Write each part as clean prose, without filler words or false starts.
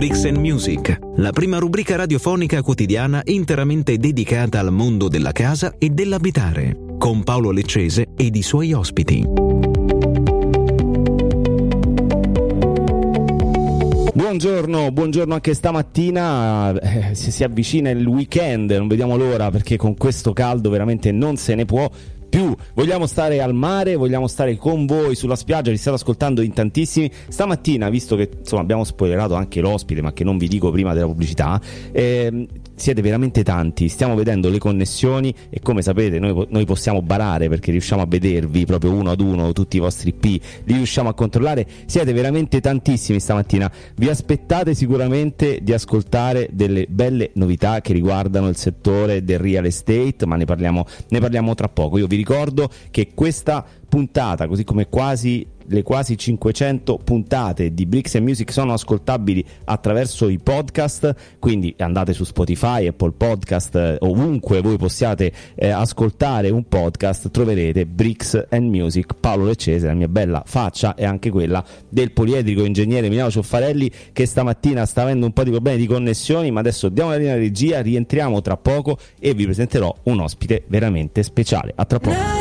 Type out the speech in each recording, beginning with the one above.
Bricks and Music, la prima rubrica radiofonica quotidiana interamente dedicata al mondo della casa e dell'abitare, con Paolo Leccese ed i suoi ospiti. Buongiorno anche stamattina, si avvicina il weekend, non vediamo l'ora perché con questo caldo veramente non se ne può più. Vogliamo stare al mare, vogliamo stare con voi sulla spiaggia, vi state ascoltando in tantissimi. Stamattina, visto che insomma abbiamo spoilerato anche l'ospite, ma che non vi dico prima della pubblicità, siete veramente tanti, stiamo vedendo le connessioni e come sapete noi possiamo barare perché riusciamo a vedervi proprio uno ad uno, tutti i vostri IP, li riusciamo a controllare, siete veramente tantissimi stamattina. Vi aspettate sicuramente di ascoltare delle belle novità che riguardano il settore del real estate, ma ne parliamo tra poco. Io vi ricordo che questa puntata, così come le quasi 500 puntate di Bricks and Music, sono ascoltabili attraverso i podcast, quindi andate su Spotify, Apple Podcast, ovunque voi possiate ascoltare un podcast, troverete Bricks and Music. Paolo Leccese, la mia bella faccia, e anche quella del poliedrico ingegnere Emiliano Cioffarelli, che stamattina sta avendo un po' di problemi di connessioni, ma adesso diamo la linea regia, rientriamo tra poco e vi presenterò un ospite veramente speciale. A tra poco.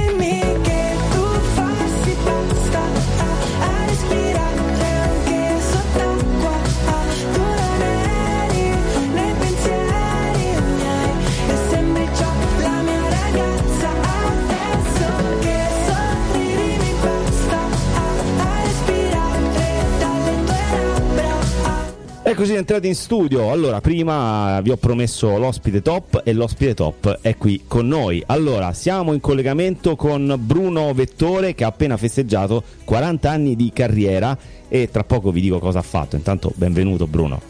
Eccoci entrati in studio. Allora, prima vi ho promesso l'ospite top e l'ospite top è qui con noi. Allora, siamo in collegamento con Bruno Vettore, che ha appena festeggiato 40 anni di carriera e tra poco vi dico cosa ha fatto. Intanto benvenuto Bruno.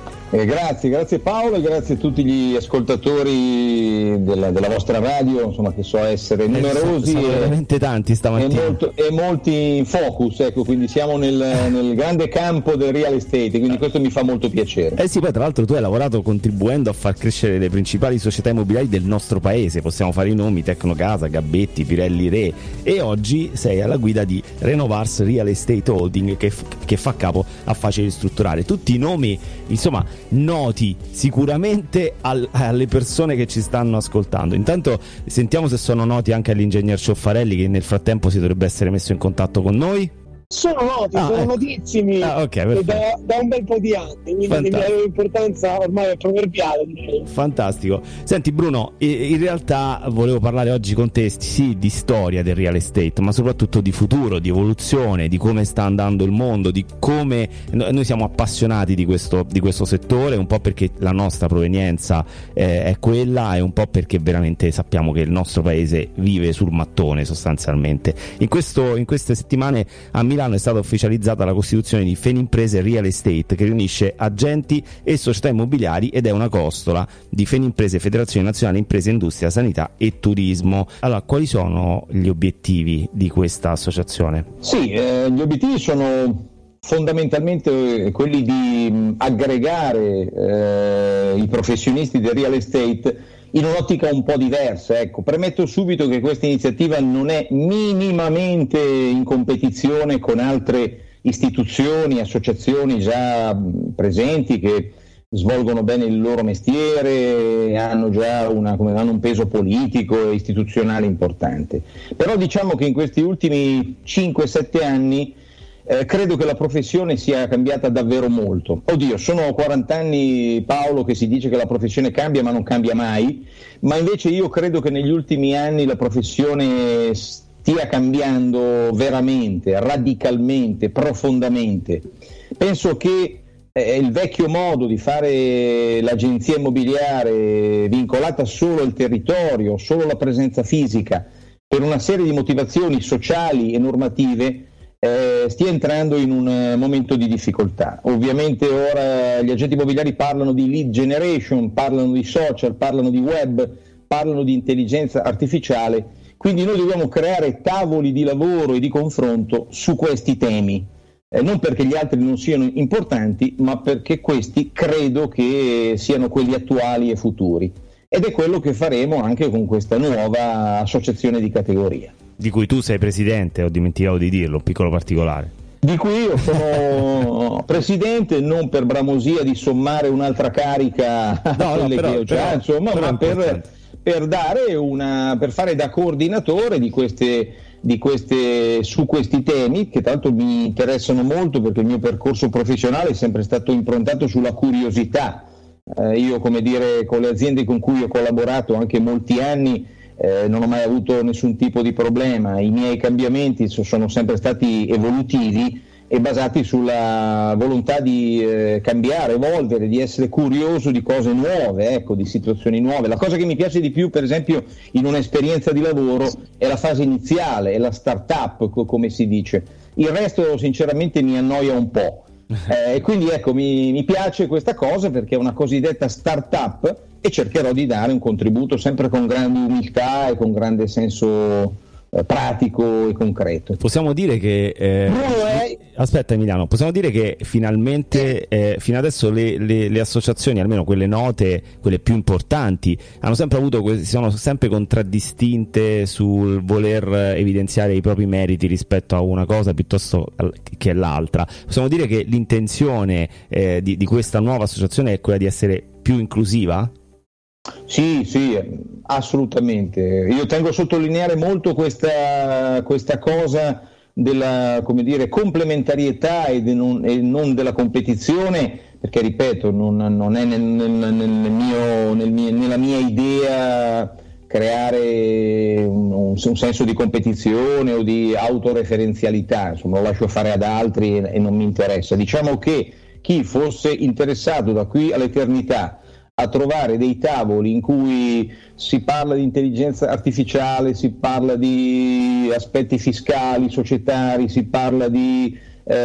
Grazie Paolo e grazie a tutti gli ascoltatori della vostra radio, insomma, che so essere numerosi sono veramente tanti stamattina e molti in focus, ecco, quindi siamo nel grande campo del real estate, quindi questo mi fa molto piacere. Sì, poi tra l'altro tu hai lavorato contribuendo a far crescere le principali società immobiliari del nostro paese, possiamo fare i nomi: Tecnocasa, Gabetti, Pirelli Re, e oggi sei alla guida di Renovars Real Estate Holding che fa capo a Facili Strutturare. Tutti i nomi, insomma, noti sicuramente alle persone che ci stanno ascoltando. Intanto sentiamo se sono noti anche all'ingegner Cioffarelli, che nel frattempo si dovrebbe essere messo in contatto con noi. Sono noti, sono notissimi okay, da un bel po' di anni, quindi la loro importanza ormai è proverbiale, direi. Fantastico. Senti Bruno, in realtà volevo parlare oggi con te sì di storia del real estate, ma soprattutto di futuro, di evoluzione, di come sta andando il mondo, di come noi siamo appassionati di questo settore, un po' perché la nostra provenienza è quella, e un po' perché veramente sappiamo che il nostro paese vive sul mattone sostanzialmente. In queste settimane a Milano è stata ufficializzata la costituzione di Fenimprese Real Estate, che riunisce agenti e società immobiliari ed è una costola di Fenimprese, Federazione Nazionale Imprese, Industria, Sanità e Turismo. Allora, quali sono gli obiettivi di questa associazione? Sì, gli obiettivi sono fondamentalmente quelli di aggregare i professionisti del real estate in un'ottica un po' diversa. Ecco, premetto subito che questa iniziativa non è minimamente in competizione con altre istituzioni, associazioni già presenti che svolgono bene il loro mestiere, hanno già hanno un peso politico e istituzionale importante. Però diciamo che in questi ultimi 5-7 anni credo che la professione sia cambiata davvero molto. Oddio, sono 40 anni, Paolo, che si dice che la professione cambia ma non cambia mai, ma invece io credo che negli ultimi anni la professione stia cambiando veramente, radicalmente, profondamente. Penso che il vecchio modo di fare l'agenzia immobiliare vincolata solo al territorio, solo alla presenza fisica, per una serie di motivazioni sociali e normative, stia entrando in un momento di difficoltà. Ovviamente ora gli agenti immobiliari parlano di lead generation, parlano di social, parlano di web, parlano di intelligenza artificiale, quindi noi dobbiamo creare tavoli di lavoro e di confronto su questi temi, non perché gli altri non siano importanti, ma perché questi credo che siano quelli attuali e futuri, ed è quello che faremo anche con questa nuova associazione di categoria. Di cui tu sei presidente, ho dimenticato di dirlo, un piccolo particolare. di cui io sono presidente, non per bramosia di sommare un'altra carica a quelle che ho già, insomma, ma per fare da coordinatore su questi temi, che tanto mi interessano molto, perché il mio percorso professionale è sempre stato improntato sulla curiosità. Io, come dire, con le aziende con cui ho collaborato anche molti anni, non ho mai avuto nessun tipo di problema. I miei cambiamenti sono sempre stati evolutivi e basati sulla volontà di cambiare, evolvere, di essere curioso di cose nuove, ecco, di situazioni nuove. La cosa che mi piace di più, per esempio, in un'esperienza di lavoro è la fase iniziale, è la start-up, come si dice. Il resto sinceramente mi annoia un po'. E quindi ecco, mi piace questa cosa, perché è una cosiddetta start-up, e cercherò di dare un contributo sempre con grande umiltà e con grande senso pratico e concreto. Possiamo dire che aspetta Emiliano, possiamo dire che finalmente fino adesso le associazioni, almeno quelle note, quelle più importanti, hanno sempre avuto si sono sempre contraddistinte sul voler evidenziare i propri meriti rispetto a una cosa piuttosto che l'altra. Possiamo dire che l'intenzione di questa nuova associazione è quella di essere più inclusiva? Sì, assolutamente. Io tengo a sottolineare molto questa cosa della, come dire, complementarietà e non della competizione, perché ripeto, non è nella mia idea creare un senso di competizione o di autoreferenzialità, insomma lo lascio fare ad altri e non mi interessa. Diciamo che chi fosse interessato da qui all'eternità a trovare dei tavoli in cui si parla di intelligenza artificiale, si parla di aspetti fiscali, societari, si parla di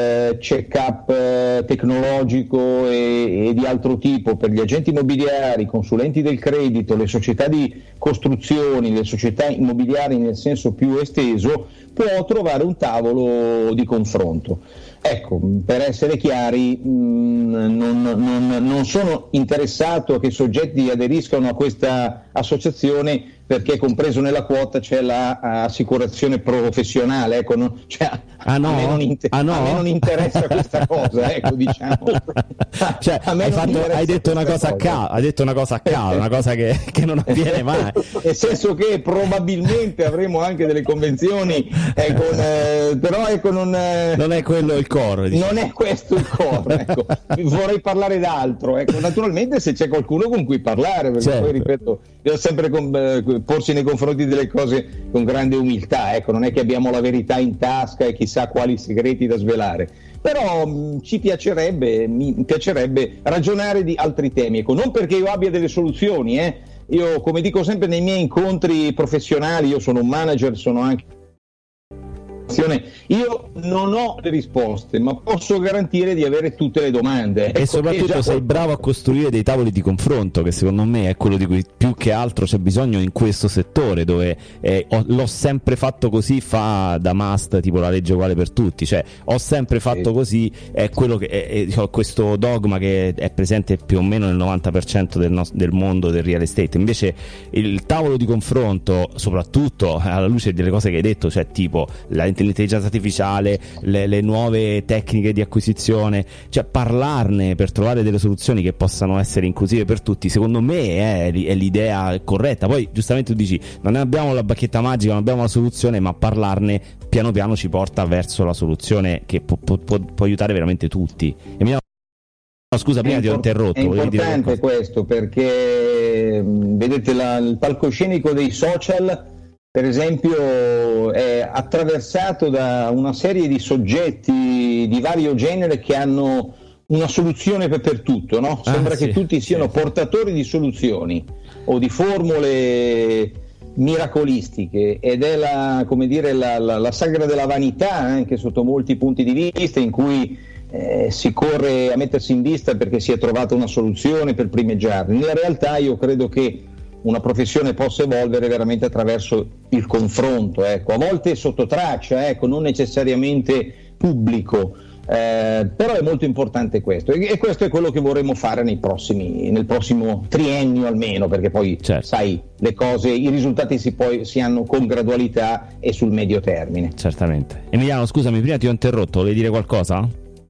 check-up tecnologico e di altro tipo per gli agenti immobiliari, i consulenti del credito, le società di costruzioni, le società immobiliari nel senso più esteso, può trovare un tavolo di confronto. Ecco, per essere chiari, non sono interessato a che soggetti aderiscano a questa associazione, perché compreso nella quota c'è l'assicurazione professionale, ecco, a me non interessa questa cosa, ecco, diciamo. Cioè, hai detto una cosa a caso, una cosa che non avviene mai. Nel senso che probabilmente avremo anche delle convenzioni, però ecco, non è quello il core. Diciamo. Non è questo il core, ecco. Vorrei parlare d'altro, ecco. Naturalmente se c'è qualcuno con cui parlare, perché certo. Poi ripeto, devo sempre porsi nei confronti delle cose con grande umiltà, ecco, non è che abbiamo la verità in tasca e chissà quali segreti da svelare, però mi piacerebbe ragionare di altri temi, ecco, non perché io abbia delle soluzioni, io, come dico sempre nei miei incontri professionali, io sono un manager, sono anche io non ho le risposte, ma posso garantire di avere tutte le domande. E soprattutto sei bravo a costruire dei tavoli di confronto, che secondo me è quello di cui più che altro c'è bisogno in questo settore, dove l'ho sempre fatto così, fa da must, tipo la legge uguale per tutti, cioè ho sempre fatto così, è quello che è questo dogma che è presente più o meno nel 90% del mondo del real estate. Invece il tavolo di confronto, soprattutto alla luce delle cose che hai detto, cioè tipo l'intelligenza artificiale, le nuove tecniche di acquisizione, cioè parlarne per trovare delle soluzioni che possano essere inclusive per tutti, secondo me è l'idea corretta. Poi giustamente tu dici, non abbiamo la bacchetta magica, non abbiamo la soluzione, ma parlarne piano piano ci porta verso la soluzione che può aiutare veramente tutti. Scusa, prima ti ho interrotto. È importante questo, perché vedete il palcoscenico dei social, per esempio, è attraversato da una serie di soggetti di vario genere che hanno una soluzione per tutto, no? Sembra che tutti siano portatori di soluzioni o di formule miracolistiche, ed è la sagra della vanità, anche sotto molti punti di vista, in cui si corre a mettersi in vista perché si è trovata una soluzione per primeggiare. Nella realtà io credo che una professione possa evolvere veramente attraverso il confronto, ecco, a volte sotto traccia, ecco, non necessariamente pubblico, però è molto importante questo, e questo è quello che vorremmo fare nel prossimo triennio almeno, perché poi sai, le cose, i risultati si hanno con gradualità e sul medio termine. Certamente. Emiliano, scusami, prima ti ho interrotto, volevi dire qualcosa?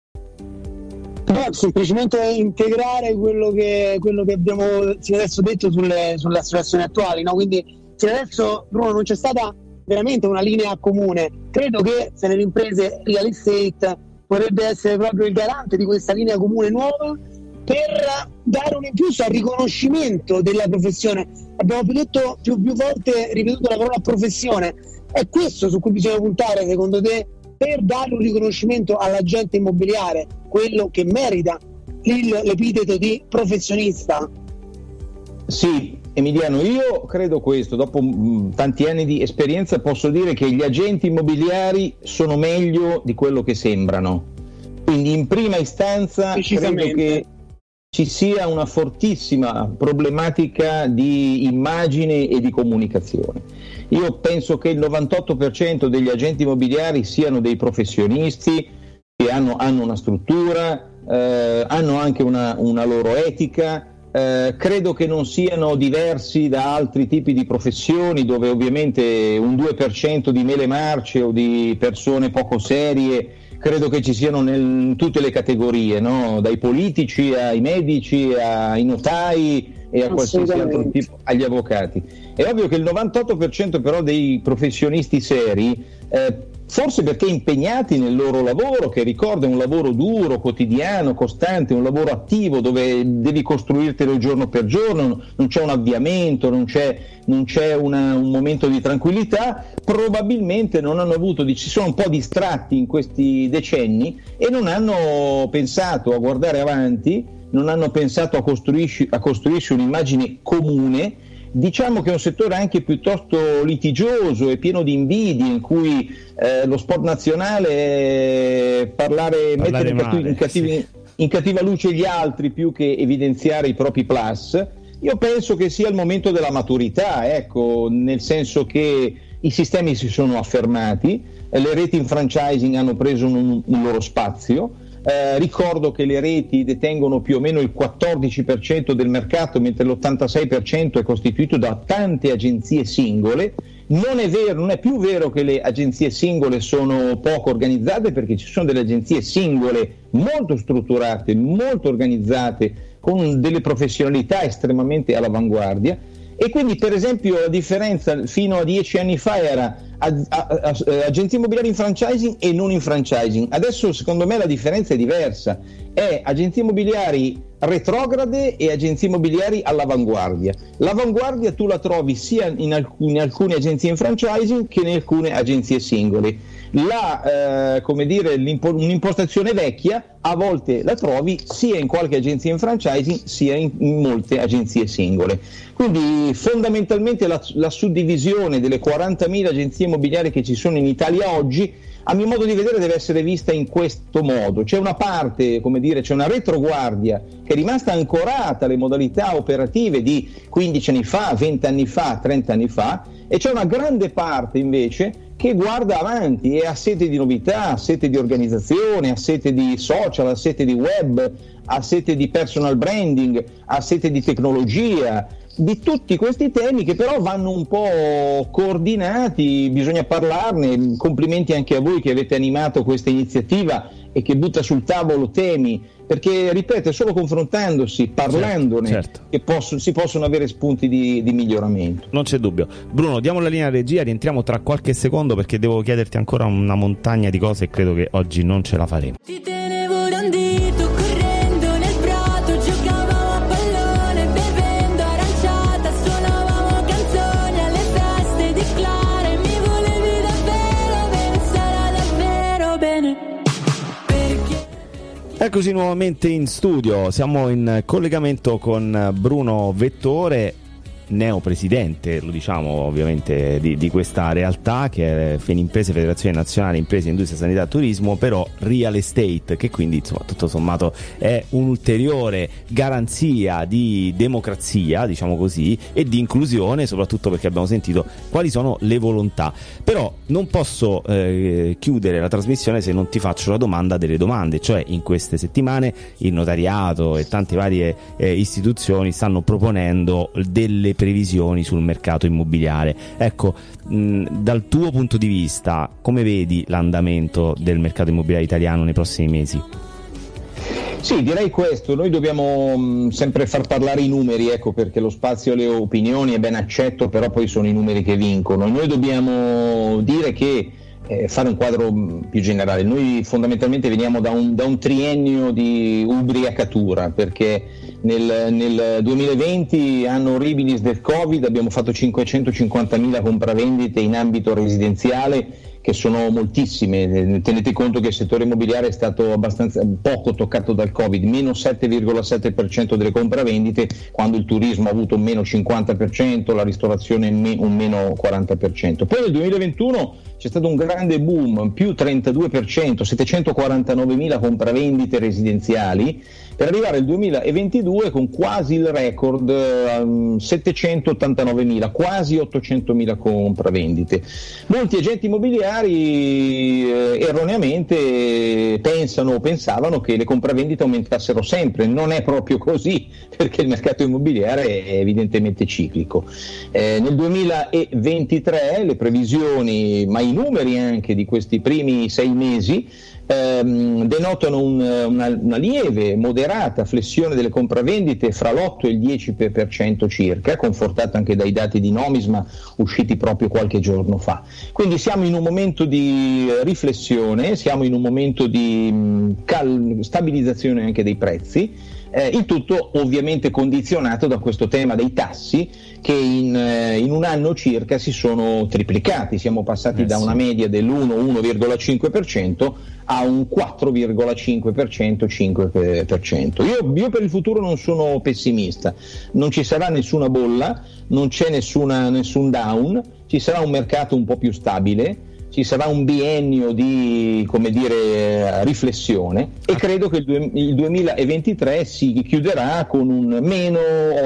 No, semplicemente integrare quello che abbiamo fino adesso detto sulle situazioni attuali, no? Quindi se adesso, Bruno, non c'è stata veramente una linea comune, credo che se le imprese real estate potrebbe essere proprio il garante di questa linea comune nuova per dare un impulso al riconoscimento della professione. Abbiamo più volte ripetuto la parola professione, è questo su cui bisogna puntare secondo te per dare un riconoscimento all'agente immobiliare, quello che merita l'epiteto di professionista? Sì, Emiliano, io credo questo. Dopo tanti anni di esperienza posso dire che gli agenti immobiliari sono meglio di quello che sembrano. Quindi in prima istanza credo che ci sia una fortissima problematica di immagine e di comunicazione. Io penso che il 98% degli agenti immobiliari siano dei professionisti che hanno una struttura, hanno anche una loro etica. Credo che non siano diversi da altri tipi di professioni dove ovviamente un 2% di mele marce o di persone poco serie credo che ci siano in tutte le categorie, no? Dai politici ai medici ai notai e a qualsiasi altro tipo, agli avvocati. È ovvio che il 98% però dei professionisti seri, forse perché impegnati nel loro lavoro, che ricorda un lavoro duro, quotidiano, costante, un lavoro attivo dove devi costruirtelo giorno per giorno, non c'è un avviamento, non c'è un momento di tranquillità, probabilmente non hanno avuto, si sono un po' distratti in questi decenni e non hanno pensato a guardare avanti, non hanno pensato a costruirsi un'immagine comune. Diciamo che è un settore anche piuttosto litigioso e pieno di invidie, in cui lo sport nazionale mettere in cattiva luce gli altri più che evidenziare i propri plus. Io penso che sia il momento della maturità, ecco, nel senso che i sistemi si sono affermati, le reti in franchising hanno preso un loro spazio. Ricordo che le reti detengono più o meno il 14% del mercato, mentre l'86% è costituito da tante agenzie singole. Non è più vero che le agenzie singole sono poco organizzate, perché ci sono delle agenzie singole molto strutturate, molto organizzate, con delle professionalità estremamente all'avanguardia. E quindi, per esempio, la differenza fino a 10 anni fa era agenzie immobiliari in franchising e non in franchising. Adesso secondo me la differenza è diversa, è agenzie immobiliari retrograde e agenzie immobiliari all'avanguardia. L'avanguardia tu la trovi sia in alcune agenzie in franchising che in alcune agenzie singole. Un'impostazione vecchia a volte la trovi sia in qualche agenzia in franchising sia in molte agenzie singole. Quindi fondamentalmente la suddivisione delle 40.000 agenzie immobiliari che ci sono in Italia oggi, a mio modo di vedere, deve essere vista in questo modo. C'è una parte, c'è una retroguardia che è rimasta ancorata alle modalità operative di 15 anni fa, 20 anni fa, 30 anni fa, e c'è una grande parte invece che guarda avanti e ha sete di novità, ha sete di organizzazione, ha sete di social, ha sete di web, ha sete di personal branding, ha sete di tecnologia, di tutti questi temi che però vanno un po' coordinati, bisogna parlarne. Complimenti anche a voi che avete animato questa iniziativa e che butta sul tavolo temi, perché ripeto, è solo confrontandosi, parlandone, certo. Che si possono avere spunti di miglioramento. Non c'è dubbio. Bruno, diamo la linea regia, rientriamo tra qualche secondo perché devo chiederti ancora una montagna di cose e credo che oggi non ce la faremo. Ti tenevo da un dito correndo nel prato, giocavamo a pallone bevendo aranciata, suonavamo canzoni alle feste di Clara e mi volevi davvero bene, sarà davvero bene. Eccoci nuovamente in studio, siamo in collegamento con Bruno Vettore neopresidente, lo diciamo ovviamente, di questa realtà che è Fenimprese, Federazione Nazionale Imprese, Industria, Sanità e Turismo, però real estate, che quindi insomma tutto sommato è un'ulteriore garanzia di democrazia, diciamo così, e di inclusione, soprattutto perché abbiamo sentito quali sono le volontà. Però non posso chiudere la trasmissione se non ti faccio la domanda delle domande, cioè in queste settimane il notariato e tante varie istituzioni stanno proponendo delle previsioni sul mercato immobiliare. Ecco, dal tuo punto di vista, come vedi l'andamento del mercato immobiliare italiano nei prossimi mesi? Sì, direi questo, noi dobbiamo sempre far parlare i numeri, ecco, perché lo spazio alle opinioni è ben accetto, però poi sono i numeri che vincono. Noi dobbiamo dire che fare un quadro più generale. Noi fondamentalmente veniamo da un triennio di ubriacatura, perché nel 2020, anno orribilis del Covid, abbiamo fatto 550.000 compravendite in ambito residenziale, che sono moltissime. Tenete conto che il settore immobiliare è stato abbastanza poco toccato dal Covid, meno 7,7% delle compravendite, quando il turismo ha avuto un meno 50%, la ristorazione un meno 40%. Poi nel 2021 c'è stato un grande boom, più 32%, 749.000 compravendite residenziali, per arrivare al 2022 con quasi il record, 789.000, quasi 800.000 compravendite. Molti agenti immobiliari erroneamente pensavano che le compravendite aumentassero sempre. Non è proprio così, perché il mercato immobiliare è evidentemente ciclico. Nel 2023 le previsioni, ma i numeri anche di questi primi 6 mesi, denotano una lieve, moderata flessione delle compravendite fra l'8 e il 10% circa, confortato anche dai dati di Nomisma usciti proprio qualche giorno fa. Quindi siamo in un momento di riflessione, siamo in un momento di stabilizzazione anche dei prezzi, il tutto ovviamente condizionato da questo tema dei tassi, che in un anno circa si sono triplicati. Siamo passati da una media dell'1,5% a un 4,5%, 5%. Io per il futuro non sono pessimista, non ci sarà nessuna bolla, non c'è nessun down, ci sarà un mercato un po' più stabile, ci sarà un biennio di, come dire, riflessione, e credo che il 2023 si chiuderà con un meno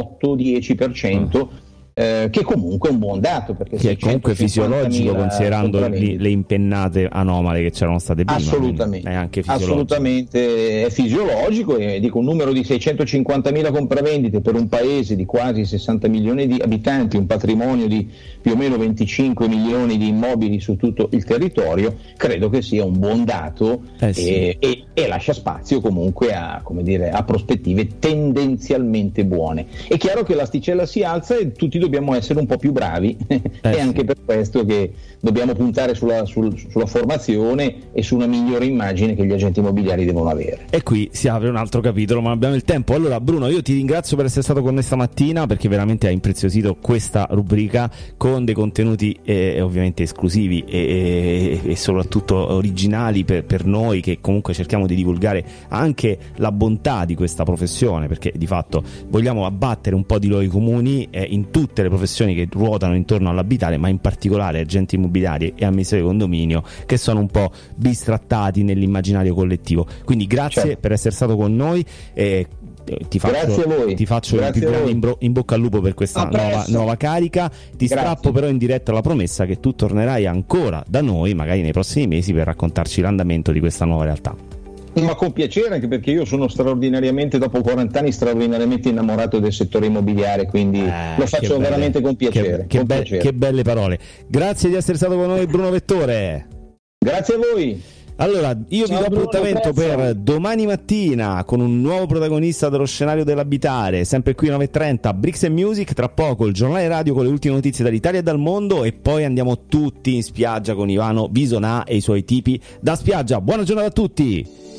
8-10%, che comunque è un buon dato, perché che è comunque fisiologico, considerando le impennate anomale che c'erano state prima. Assolutamente, è anche fisiologico. Assolutamente è fisiologico, e dico, un numero di 650.000 compravendite per un paese di quasi 60 milioni di abitanti, un patrimonio di più o meno 25 milioni di immobili su tutto il territorio, credo che sia un buon dato, sì. e lascia spazio comunque a, come dire, a prospettive tendenzialmente buone. È chiaro che l'asticella si alza e tutti dobbiamo essere un po' più bravi, è anche per questo che dobbiamo puntare sulla formazione e su una migliore immagine che gli agenti immobiliari devono avere. E qui si apre un altro capitolo, ma abbiamo il tempo. Allora Bruno, io ti ringrazio per essere stato con noi stamattina, perché veramente hai impreziosito questa rubrica con dei contenuti ovviamente esclusivi e soprattutto originali per noi, che comunque cerchiamo di divulgare anche la bontà di questa professione, perché di fatto vogliamo abbattere un po' di luoghi comuni in tutte le professioni che ruotano intorno all'abitare, ma in particolare agenti immobiliari e amministratori di condominio, che sono un po' bistrattati nell'immaginario collettivo. Quindi grazie per essere stato con noi, ti faccio il più grande in bocca al lupo per questa nuova carica. Strappo però in diretta la promessa che tu tornerai ancora da noi, magari nei prossimi mesi, per raccontarci l'andamento di questa nuova realtà. Ma con piacere, anche perché io sono dopo 40 anni straordinariamente innamorato del settore immobiliare, quindi lo faccio veramente con piacere. Che belle parole. Grazie di essere stato con noi, Bruno Vettore. Grazie a voi. Allora, io vi do appuntamento per domani mattina con un nuovo protagonista dello scenario dell'abitare, sempre qui 9:30, Bricks and Music, tra poco il giornale radio con le ultime notizie dall'Italia e dal mondo, e poi andiamo tutti in spiaggia con Ivano Bisonà e i suoi tipi da spiaggia. Buona giornata a tutti!